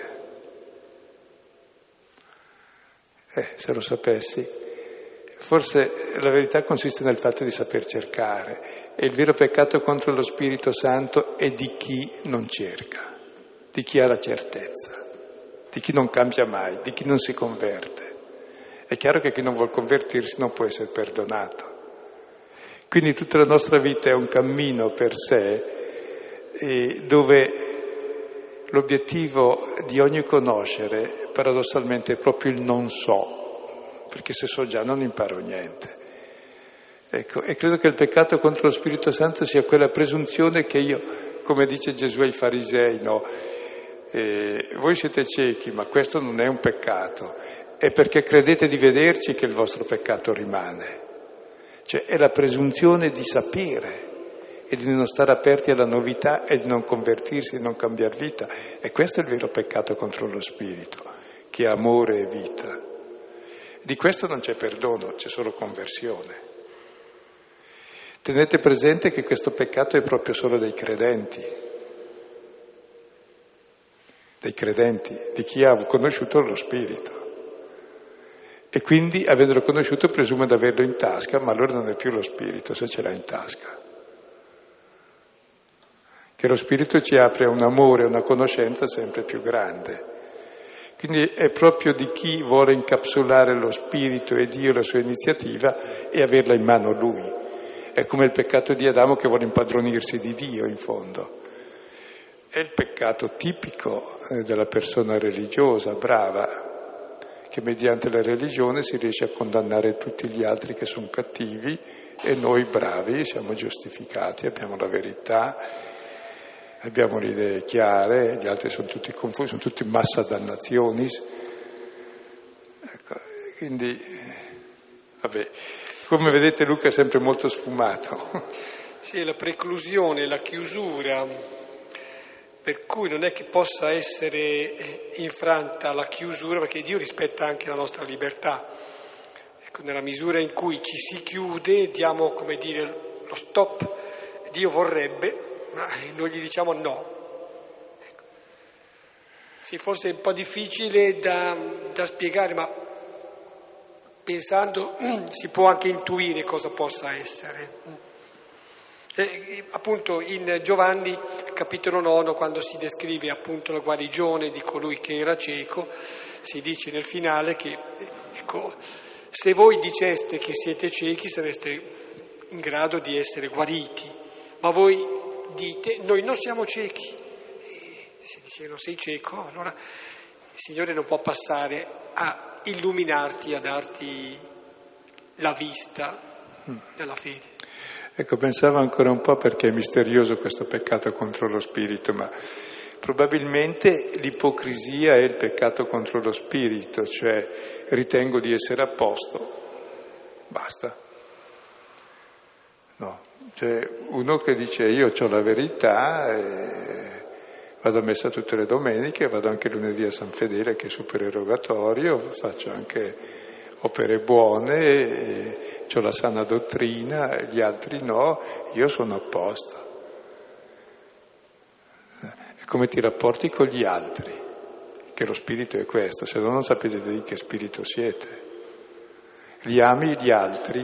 Se lo sapessi, forse la verità consiste nel fatto di saper cercare, e il vero peccato contro lo Spirito Santo è di chi non cerca, di chi ha la certezza, di chi non cambia mai, di chi non si converte. È chiaro che chi non vuol convertirsi non può essere perdonato. Quindi tutta la nostra vita è un cammino per sé, dove l'obiettivo di ogni conoscere paradossalmente è proprio il non so, perché se so già non imparo niente. Ecco, e credo che il peccato contro lo Spirito Santo sia quella presunzione che io, come dice Gesù ai farisei, no? Voi siete ciechi, ma questo non è un peccato, è perché credete di vederci che il vostro peccato rimane. Cioè è la presunzione di sapere e di non stare aperti alla novità e di non convertirsi, di non cambiare vita. E questo è il vero peccato contro lo Spirito, che è amore e vita. Di questo non c'è perdono, c'è solo conversione. Tenete presente che questo peccato è proprio solo dei credenti, di chi ha conosciuto lo Spirito. E quindi, avendolo conosciuto, presume di averlo in tasca, ma allora non è più lo Spirito se ce l'ha in tasca. Che lo Spirito ci apre a un amore, a una conoscenza sempre più grande. Quindi è proprio di chi vuole incapsulare lo Spirito e Dio, la sua iniziativa, e averla in mano Lui. È come il peccato di Adamo che vuole impadronirsi di Dio, in fondo. È il peccato tipico della persona religiosa, brava, che mediante la religione si riesce a condannare tutti gli altri che sono cattivi e noi bravi siamo giustificati, abbiamo la verità, abbiamo le idee chiare, gli altri sono tutti confusi, sono tutti massa dannationis. Ecco, quindi, vabbè, come vedete Luca è sempre molto sfumato. Sì, la preclusione, la chiusura, per cui non è che possa essere infranta la chiusura, perché Dio rispetta anche la nostra libertà. Ecco, nella misura in cui ci si chiude, diamo, come dire, lo stop. Dio vorrebbe, ma noi gli diciamo no. Ecco. Sì, forse è un po' difficile da spiegare, ma pensando si può anche intuire cosa possa essere. Appunto in Giovanni capitolo 9, quando si descrive appunto la guarigione di colui che era cieco, si dice nel finale che ecco, se voi diceste che siete ciechi sareste in grado di essere guariti, ma voi dite noi non siamo ciechi. E se dice non sei cieco, allora il Signore non può passare a illuminarti, a darti la vista della fede. Ecco, pensavo ancora un po' perché è misterioso questo peccato contro lo spirito, ma probabilmente l'ipocrisia è il peccato contro lo spirito, cioè ritengo di essere a posto, basta. No, cioè uno che dice io ho la verità, vado a messa tutte le domeniche, vado anche lunedì a San Fedele che è supererogatorio, faccio anche opere buone, ho la sana dottrina, gli altri no, io sono a posto. È come ti rapporti con gli altri, che lo spirito è questo, se no non sapete di che spirito siete. Li ami gli altri,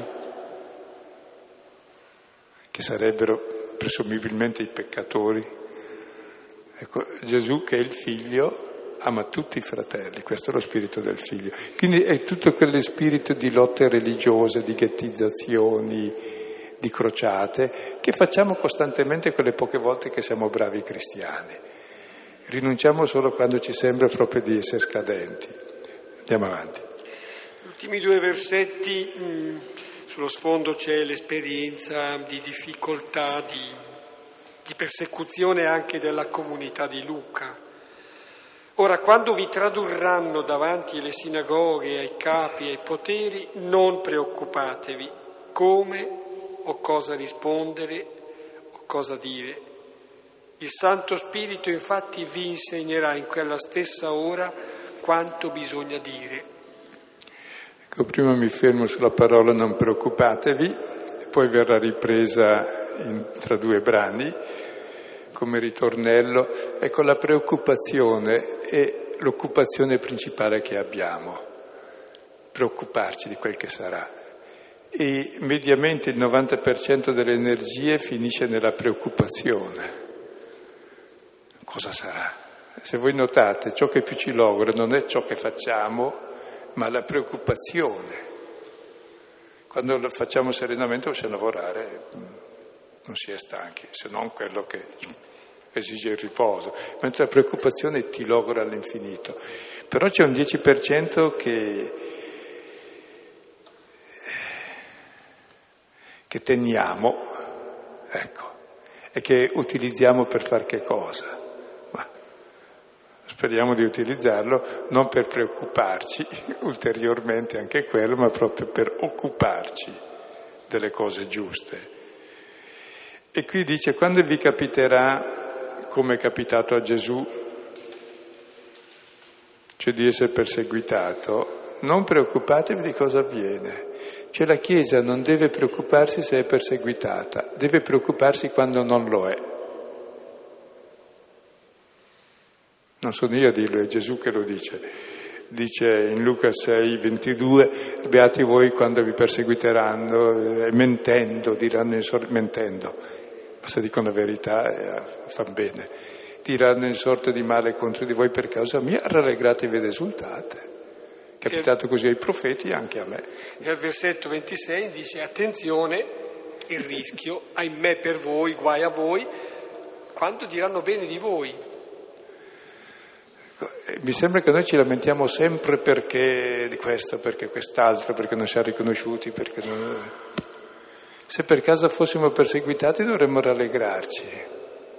che sarebbero presumibilmente i peccatori. Ecco, Gesù che è il figlio ama tutti i fratelli, questo è lo spirito del figlio. Quindi è tutto quello spirito di lotte religiose, di ghettizzazioni, di crociate, che facciamo costantemente quelle poche volte che siamo bravi cristiani. Rinunciamo solo quando ci sembra proprio di essere scadenti. Andiamo avanti. Gli ultimi 2 versetti, sullo sfondo c'è l'esperienza di difficoltà, di persecuzione anche della comunità di Luca. Ora, quando vi tradurranno davanti alle sinagoghe, ai capi, ai poteri, non preoccupatevi come o cosa rispondere o cosa dire. Il Santo Spirito infatti vi insegnerà in quella stessa ora quanto bisogna dire. Ecco, prima mi fermo sulla parola non preoccupatevi, poi verrà ripresa tra 2 brani, come ritornello. Ecco, la preoccupazione è l'occupazione principale che abbiamo, preoccuparci di quel che sarà. E mediamente il 90% delle energie finisce nella preoccupazione. Cosa sarà? Se voi notate, ciò che più ci logra non è ciò che facciamo, ma la preoccupazione. Quando lo facciamo serenamente possiamo lavorare, non si è stanchi, se non quello che esige il riposo, mentre la preoccupazione ti logra all'infinito. Però c'è un 10% che teniamo, ecco, e che utilizziamo per far che cosa? Ma speriamo di utilizzarlo non per preoccuparci ulteriormente anche quello, ma proprio per occuparci delle cose giuste. E qui dice, quando vi capiterà, come è capitato a Gesù, cioè di essere perseguitato, non preoccupatevi di cosa avviene. Cioè la Chiesa non deve preoccuparsi se è perseguitata, deve preoccuparsi quando non lo è. Non sono io a dirlo, è Gesù che lo dice. Dice in Luca 6,22, beati voi quando vi perseguiteranno, mentendo, diranno mentendo. Ma se dicono la verità, fan bene. Diranno in sorte di male contro di voi per causa mia, rallegratevi ed esultate. È capitato così ai profeti e anche a me. E al versetto 26 dice, attenzione, il rischio, ahimè per voi, guai a voi, quando diranno bene di voi. Mi sembra che noi ci lamentiamo sempre perché di questo, perché quest'altro, perché non siamo riconosciuti, perché non... Se per caso fossimo perseguitati dovremmo rallegrarci.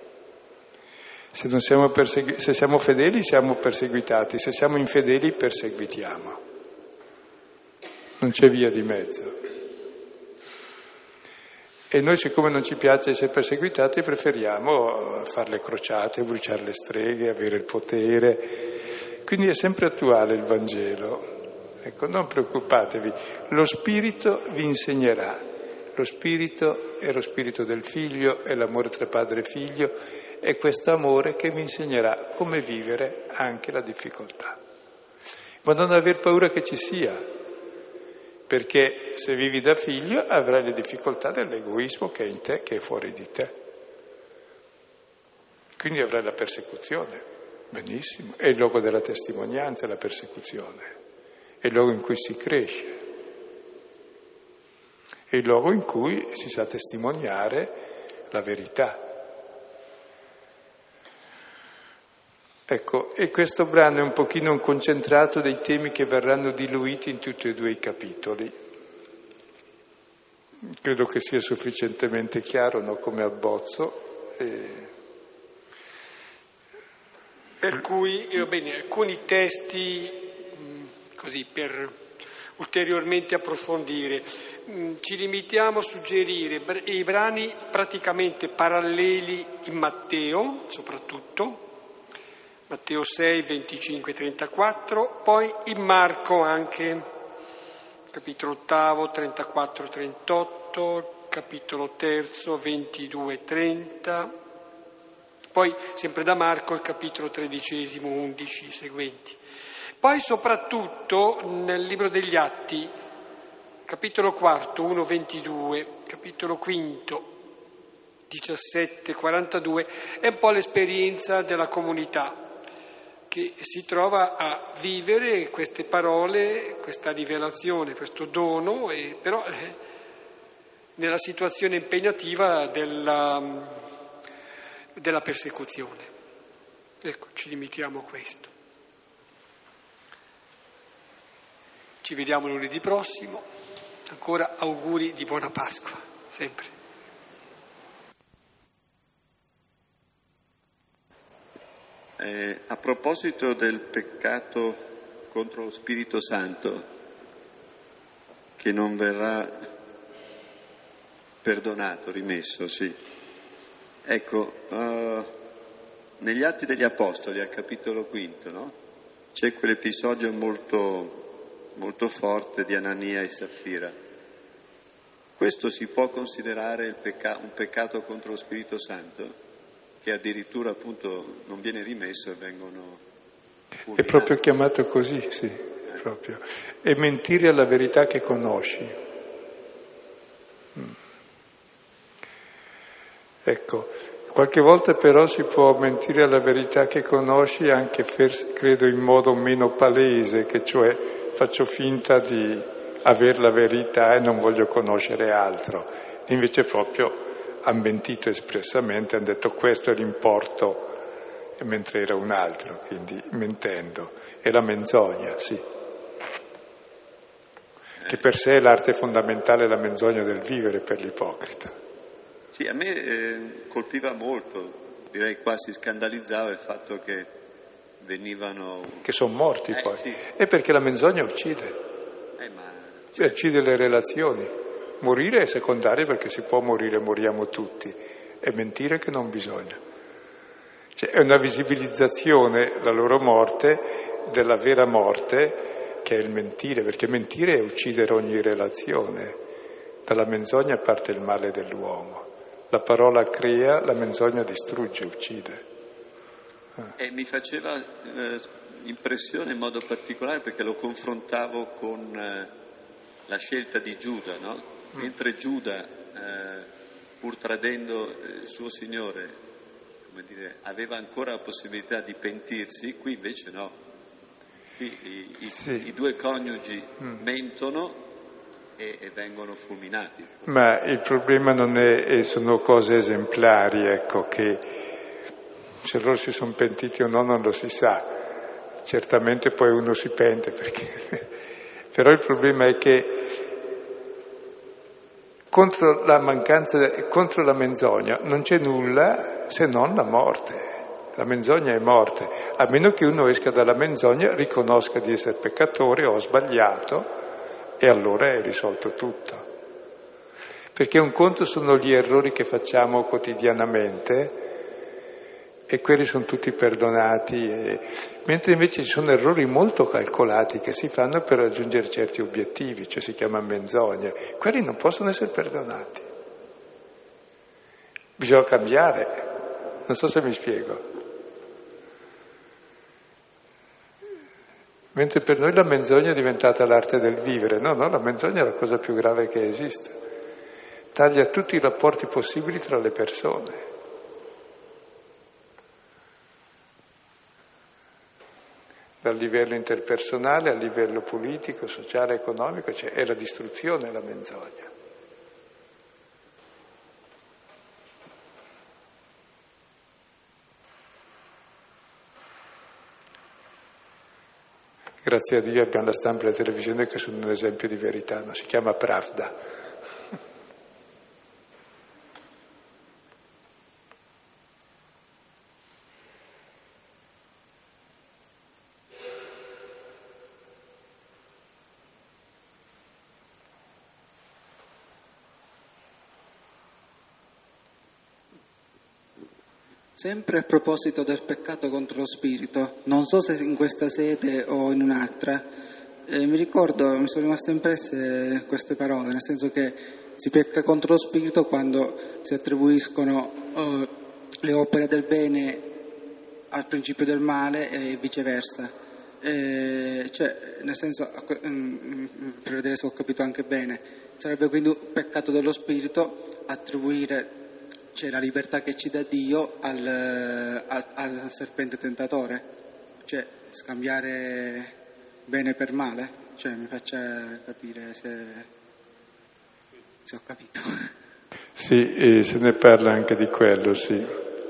Se siamo fedeli siamo perseguitati, se siamo infedeli perseguitiamo. Non c'è via di mezzo. E noi, siccome non ci piace essere perseguitati, preferiamo fare le crociate, bruciare le streghe, avere il potere. Quindi è sempre attuale il Vangelo. Ecco, non preoccupatevi, lo Spirito vi insegnerà. Lo Spirito è lo Spirito del Figlio, è l'amore tra padre e figlio, è questo amore che vi insegnerà come vivere anche la difficoltà. Ma non aver paura che ci sia, perché se vivi da figlio avrai le difficoltà dell'egoismo che è in te, che è fuori di te. Quindi avrai la persecuzione, benissimo, è il luogo della testimonianza, la persecuzione, è il luogo in cui si cresce, è il luogo in cui si sa testimoniare la verità. Ecco, e questo brano è un pochino un concentrato dei temi che verranno diluiti in tutti e due i capitoli. Credo che sia sufficientemente chiaro, no, come abbozzo. Per cui, alcuni testi, così per ulteriormente approfondire, ci limitiamo a suggerire i brani praticamente paralleli in Matteo, soprattutto, Matteo 6, 25, 34, poi in Marco anche, capitolo 8, 34, 38, capitolo 3, 22, 30, poi sempre da Marco il capitolo 13, 11, seguenti. Poi soprattutto nel libro degli Atti, capitolo 4, 1, 22, capitolo 5, 17, 42, è un po' l'esperienza della comunità che si trova a vivere queste parole, questa rivelazione, questo dono, però nella situazione impegnativa della persecuzione. Ecco, ci limitiamo a questo. Ci vediamo lunedì prossimo. Ancora auguri di buona Pasqua, sempre. A proposito del peccato contro lo Spirito Santo, che non verrà perdonato, rimesso, sì. Ecco, negli Atti degli Apostoli, al capitolo 5, no? C'è quell'episodio molto forte di Anania e Saffira. Questo si può considerare un peccato contro lo Spirito Santo? Che addirittura appunto non viene rimesso e vengono fulminati. È proprio chiamato così, sì, proprio. E mentire alla verità che conosci. Ecco, qualche volta però si può mentire alla verità che conosci anche, credo, in modo meno palese, che cioè faccio finta di aver la verità e non voglio conoscere altro. Invece proprio hanno mentito espressamente, hanno detto questo è l'importo, mentre era un altro, quindi mentendo. È la menzogna, sì. Che per sé è l'arte fondamentale, la menzogna del vivere per l'ipocrita. Sì, a me colpiva molto, direi quasi scandalizzava il fatto che venivano... Che sono morti poi. Sì. È perché la menzogna uccide. Uccide le relazioni. Morire è secondario perché si può morire, moriamo tutti. È mentire che non bisogna. Cioè, è una visibilizzazione, la loro morte, della vera morte, che è il mentire, perché mentire è uccidere ogni relazione. Dalla menzogna parte il male dell'uomo. La parola crea, la menzogna distrugge, uccide. E mi faceva impressione in modo particolare perché lo confrontavo con la scelta di Giuda, no? Mentre Giuda, pur tradendo il suo Signore, come dire, aveva ancora la possibilità di pentirsi, qui invece no. Qui i due coniugi mentono e vengono fulminati. Ma il problema non è, sono cose esemplari, ecco, che se loro si sono pentiti o no non lo si sa. Certamente poi uno si pente, perché però il problema è che contro la menzogna non c'è nulla se non la morte. La menzogna è morte, a meno che uno esca dalla menzogna, riconosca di essere peccatore, ho sbagliato, e allora è risolto tutto. Perché un conto sono gli errori che facciamo quotidianamente e quelli sono tutti perdonati, mentre invece ci sono errori molto calcolati che si fanno per raggiungere certi obiettivi, cioè si chiama menzogna. Quelli non possono essere perdonati. Bisogna cambiare. Non so se mi spiego. Mentre per noi la menzogna è diventata l'arte del vivere. No, la menzogna è la cosa più grave che esiste. Taglia tutti i rapporti possibili tra le persone. Dal livello interpersonale al livello politico, sociale, economico, cioè è la distruzione la menzogna. Grazie a Dio abbiamo la stampa e la televisione che sono un esempio di verità, no? Si chiama Pravda. Sempre a proposito del peccato contro lo spirito, non so se in questa sede o in un'altra, mi ricordo, mi sono rimaste impresse queste parole, nel senso che si pecca contro lo spirito quando si attribuiscono le opere del bene al principio del male e viceversa. Cioè, nel senso, per vedere se ho capito anche bene, sarebbe quindi un peccato dello spirito attribuire la libertà che ci dà Dio al serpente tentatore, cioè scambiare bene per male, cioè mi faccia capire se ho capito. Sì, e se ne parla anche di quello, sì.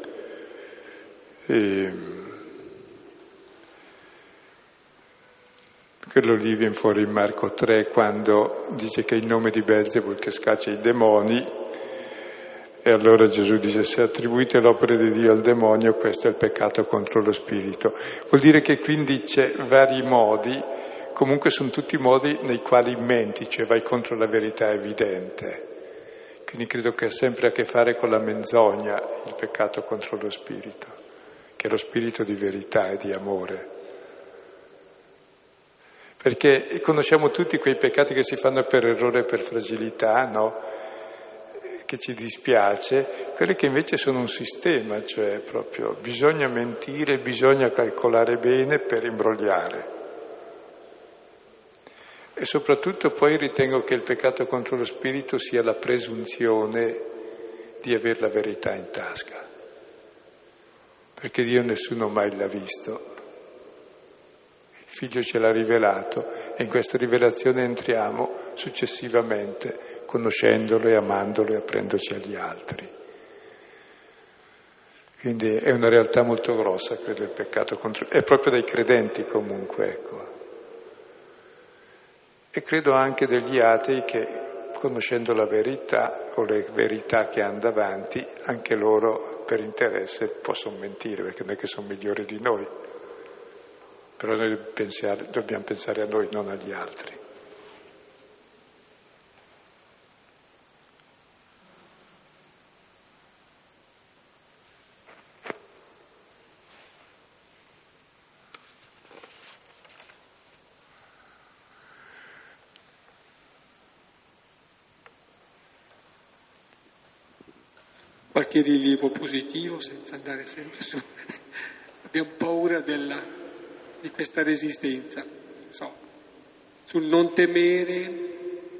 Quello lì viene fuori in Marco 3 quando dice che in nome di Belzebul che scaccia i demoni. E allora Gesù dice: se attribuite l'opera di Dio al demonio, questo è il peccato contro lo spirito. Vuol dire che quindi c'è vari modi, comunque sono tutti modi nei quali menti, cioè vai contro la verità evidente. Quindi credo che ha sempre a che fare con la menzogna il peccato contro lo spirito, che è lo spirito di verità e di amore. Perché conosciamo tutti quei peccati che si fanno per errore e per fragilità, no? Che ci dispiace, quelli che invece sono un sistema, cioè proprio bisogna mentire, bisogna calcolare bene per imbrogliare. E soprattutto poi ritengo che il peccato contro lo spirito sia la presunzione di avere la verità in tasca, perché Dio nessuno mai l'ha visto. Il Figlio ce l'ha rivelato e in questa rivelazione entriamo successivamente, conoscendolo e amandolo e aprendoci agli altri. Quindi è una realtà molto grossa, credo, il peccato contro... È proprio dai credenti comunque, ecco. E credo anche degli atei che, conoscendo la verità o le verità che hanno davanti, anche loro per interesse possono mentire, perché non è che sono migliori di noi. Però noi dobbiamo pensare a noi, non agli altri. Qualche rilievo positivo, senza andare sempre su. Abbiamo paura di questa resistenza, sul non temere.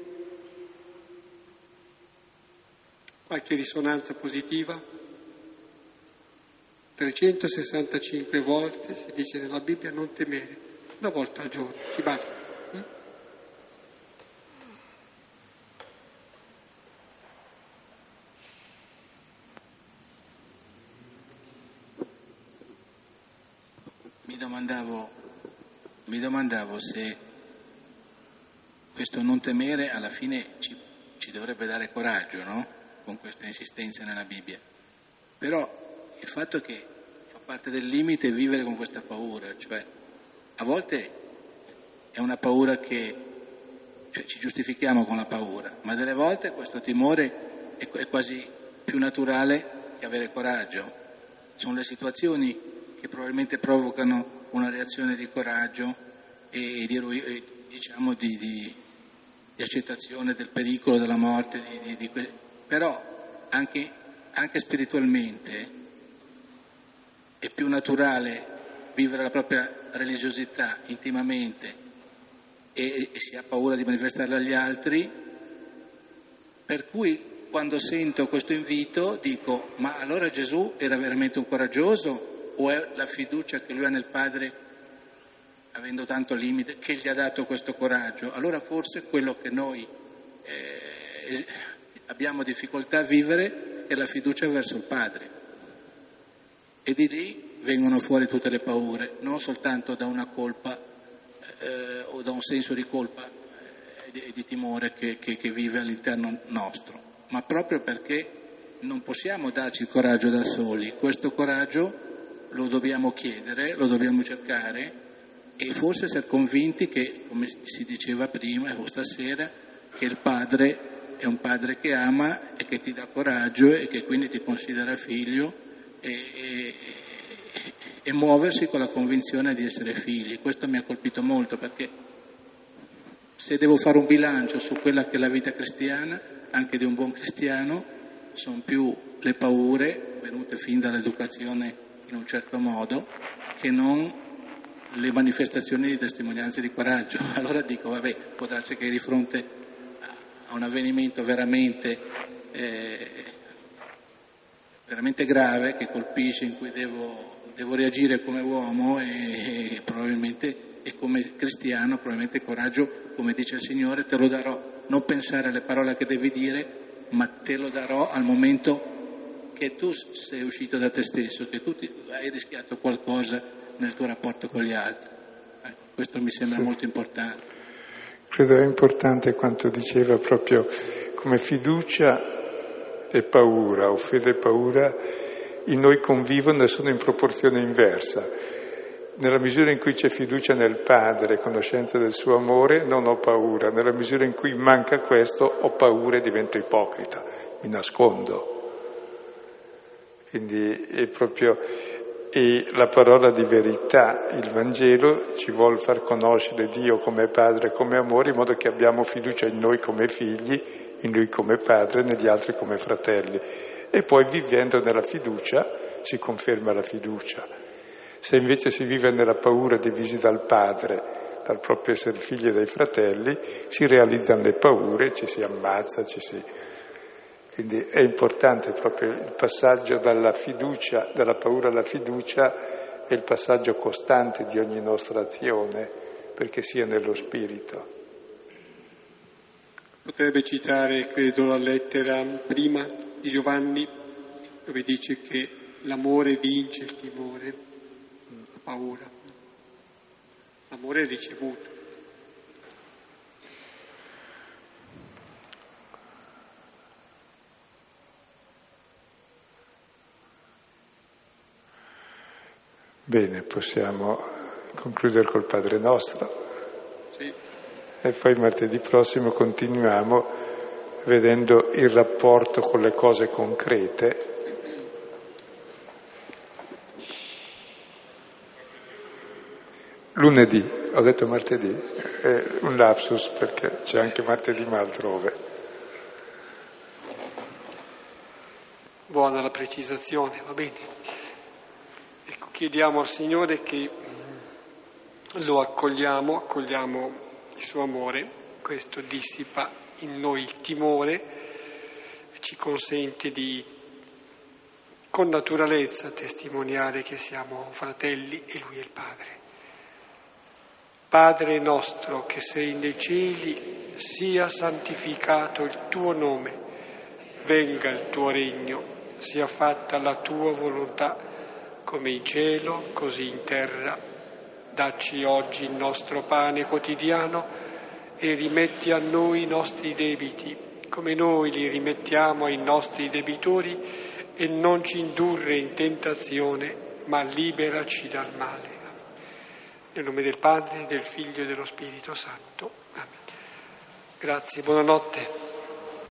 Qualche risonanza positiva? 365 volte si dice nella Bibbia non temere, una volta al giorno, ci basta. Mi domandavo se questo non temere alla fine ci dovrebbe dare coraggio, no? Con questa insistenza nella Bibbia. Però il fatto che fa parte del limite vivere con questa paura, cioè a volte è una paura che cioè ci giustifichiamo con la paura, ma delle volte questo timore è quasi più naturale che avere coraggio. Sono le situazioni che probabilmente provocano una reazione di coraggio e diciamo di accettazione del pericolo, della morte, però anche spiritualmente è più naturale vivere la propria religiosità intimamente e si ha paura di manifestarla agli altri, per cui quando sento questo invito dico: ma allora Gesù era veramente un coraggioso o è la fiducia che lui ha nel Padre, avendo tanto limite, che gli ha dato questo coraggio? Allora forse quello che noi abbiamo difficoltà a vivere è la fiducia verso il Padre, e di lì vengono fuori tutte le paure, non soltanto da una colpa o da un senso di colpa e di timore che vive all'interno nostro, ma proprio perché non possiamo darci il coraggio da soli. Questo coraggio lo dobbiamo chiedere, lo dobbiamo cercare e forse essere convinti che, come si diceva prima o stasera, che il Padre è un Padre che ama e che ti dà coraggio e che quindi ti considera figlio e muoversi con la convinzione di essere figli. Questo mi ha colpito molto, perché se devo fare un bilancio su quella che è la vita cristiana, anche di un buon cristiano, sono più le paure venute fin dall'educazione in un certo modo che non le manifestazioni di testimonianza di coraggio. Allora dico, vabbè, può darsi che di fronte a un avvenimento veramente grave, che colpisce, in cui devo reagire come uomo e probabilmente, e come cristiano, probabilmente coraggio, come dice il Signore, te lo darò. Non pensare alle parole che devi dire, ma te lo darò al momento che tu sei uscito da te stesso, che tu hai rischiato qualcosa nel tuo rapporto con gli altri. Questo mi sembra molto importante. Credo è importante quanto diceva proprio come fiducia e paura, o fede e paura, in noi convivono e sono in proporzione inversa. Nella misura in cui c'è fiducia nel Padre, conoscenza del suo amore, non ho paura. Nella misura in cui manca questo, ho paura e divento ipocrita, mi nascondo. Quindi è proprio la parola di verità, il Vangelo, ci vuol far conoscere Dio come Padre, come amore, in modo che abbiamo fiducia in noi come figli, in Lui come Padre, negli altri come fratelli. E poi vivendo nella fiducia si conferma la fiducia. Se invece si vive nella paura, divisi dal Padre, dal proprio essere figli e dai fratelli, si realizzano le paure, ci si ammazza, Quindi è importante proprio il passaggio dalla fiducia, dalla paura alla fiducia, è il passaggio costante di ogni nostra azione, perché sia nello spirito. Potrebbe citare, credo, la lettera prima di Giovanni, dove dice che l'amore vince il timore, la paura. L'amore è ricevuto. Bene, possiamo concludere col Padre Nostro. Sì. E poi martedì prossimo continuiamo vedendo il rapporto con le cose concrete. Lunedì, ho detto martedì, è un lapsus perché c'è anche martedì ma altrove. Buona la precisazione, va bene. Chiediamo al Signore che lo accogliamo il suo amore, questo dissipa in noi il timore, ci consente di con naturalezza testimoniare che siamo fratelli e Lui è il Padre. Padre nostro che sei nei cieli, sia santificato il tuo nome, venga il tuo regno, sia fatta la tua volontà, come in cielo, così in terra. Dacci oggi il nostro pane quotidiano e rimetti a noi i nostri debiti, come noi li rimettiamo ai nostri debitori, e non ci indurre in tentazione, ma liberaci dal male. Nel nome del Padre, del Figlio e dello Spirito Santo. Amen. Grazie, buonanotte.